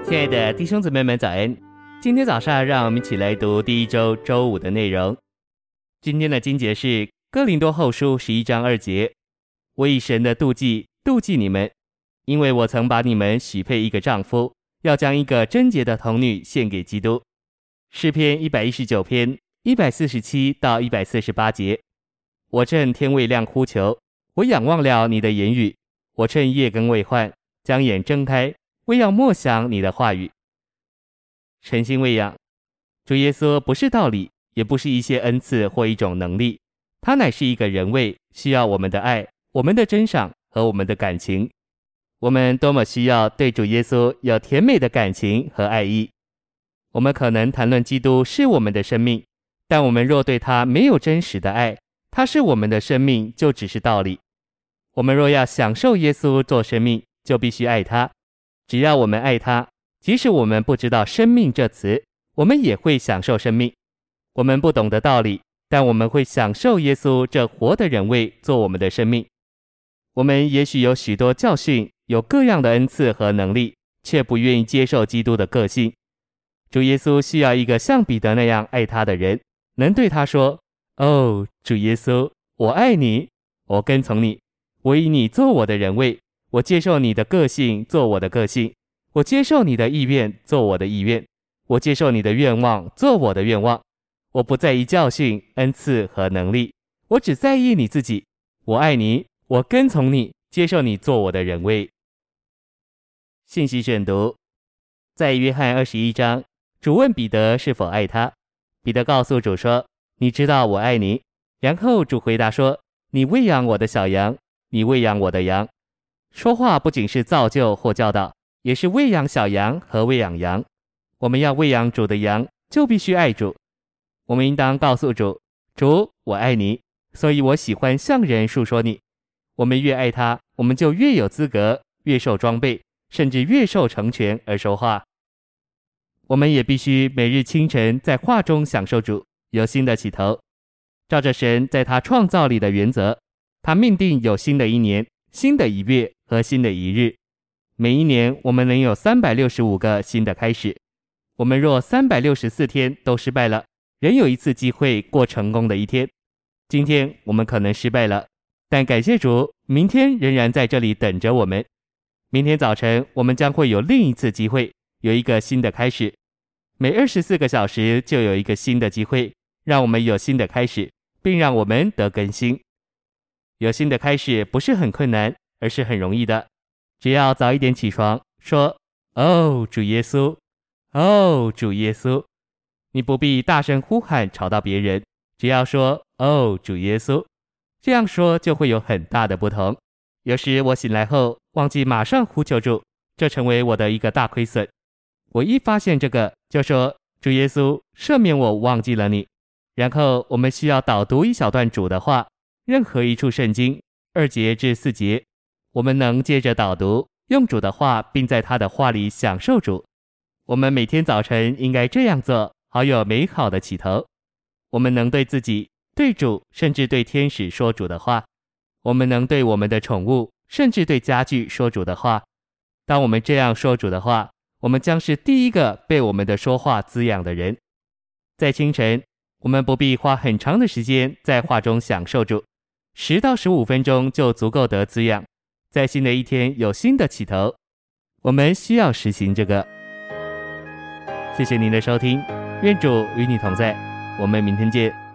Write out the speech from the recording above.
亲爱的弟兄姊妹们早安，今天早上让我们一起来读第一周周五的内容。今天的经节是哥林多后书11章2节，我以神的妒忌妒忌你们，因为我曾把你们许配一个丈夫，要将一个贞洁的童女献给基督。诗篇119篇147到148节，我趁天未亮呼求，我仰望了你的言语，我趁夜更未换，将眼睁开，为要默想你的话语。诚心喂养，主耶稣不是道理，也不是一些恩赐或一种能力，他乃是一个人位，需要我们的爱，我们的珍赏和我们的感情。我们多么需要对主耶稣有甜美的感情和爱意。我们可能谈论基督是我们的生命，但我们若对他没有真实的爱，他是我们的生命就只是道理。我们若要享受耶稣做生命，就必须爱他。只要我们爱他，即使我们不知道生命这词，我们也会享受生命。我们不懂得道理，但我们会享受耶稣这活的人位做我们的生命。我们也许有许多教训，有各样的恩赐和能力，却不愿意接受基督的个性。主耶稣需要一个像彼得那样爱他的人，能对他说：哦，主耶稣，我爱你，我跟从你，我以你做我的人位，我接受你的个性做我的个性，我接受你的意愿做我的意愿，我接受你的愿望做我的愿望。我不在意教训、恩赐和能力，我只在意你自己。我爱你，我跟从你，接受你做我的人位。信息选读，在约翰21章，主问彼得是否爱他，彼得告诉主说：你知道我爱你。然后主回答说：你喂养我的小羊，你喂养我的羊。说话不仅是造就或教导，也是喂养小羊和喂养羊。我们要喂养主的羊，就必须爱主。我们应当告诉主：主，我爱你，所以我喜欢向人述说你。我们越爱他，我们就越有资格，越受装备，甚至越受成全而说话。我们也必须每日清晨在话中享受主，有新的起头。照着神在他创造里的原则，他命定有新的一年、新的一月和新的一日。每一年我们能有365个新的开始。我们若364天都失败了，仍有一次机会过成功的一天。今天我们可能失败了，但感谢主，明天仍然在这里等着我们。明天早晨我们将会有另一次机会，有一个新的开始。每24个小时就有一个新的机会，让我们有新的开始，并让我们得更新。有新的开始不是很困难，而是很容易的。只要早一点起床，说：哦，主耶稣，哦，主耶稣。你不必大声呼喊吵到别人，只要说：哦，主耶稣。这样说就会有很大的不同。有时我醒来后忘记马上呼求主，这成为我的一个大亏损。我一发现这个，就说：主耶稣，赦免我忘记了你。然后我们需要导读一小段主的话，任何一处圣经2节至4节，我们能接着导读，用主的话，并在他的话里享受主。我们每天早晨应该这样做，好有美好的起头。我们能对自己、对主，甚至对天使说主的话。我们能对我们的宠物，甚至对家具说主的话。当我们这样说主的话，我们将是第一个被我们的说话滋养的人。在清晨，我们不必花很长的时间在话中享受主，10到15分钟就足够得滋养，在新的一天有新的起头。我们需要实行这个。谢谢您的收听，愿主与你同在，我们明天见。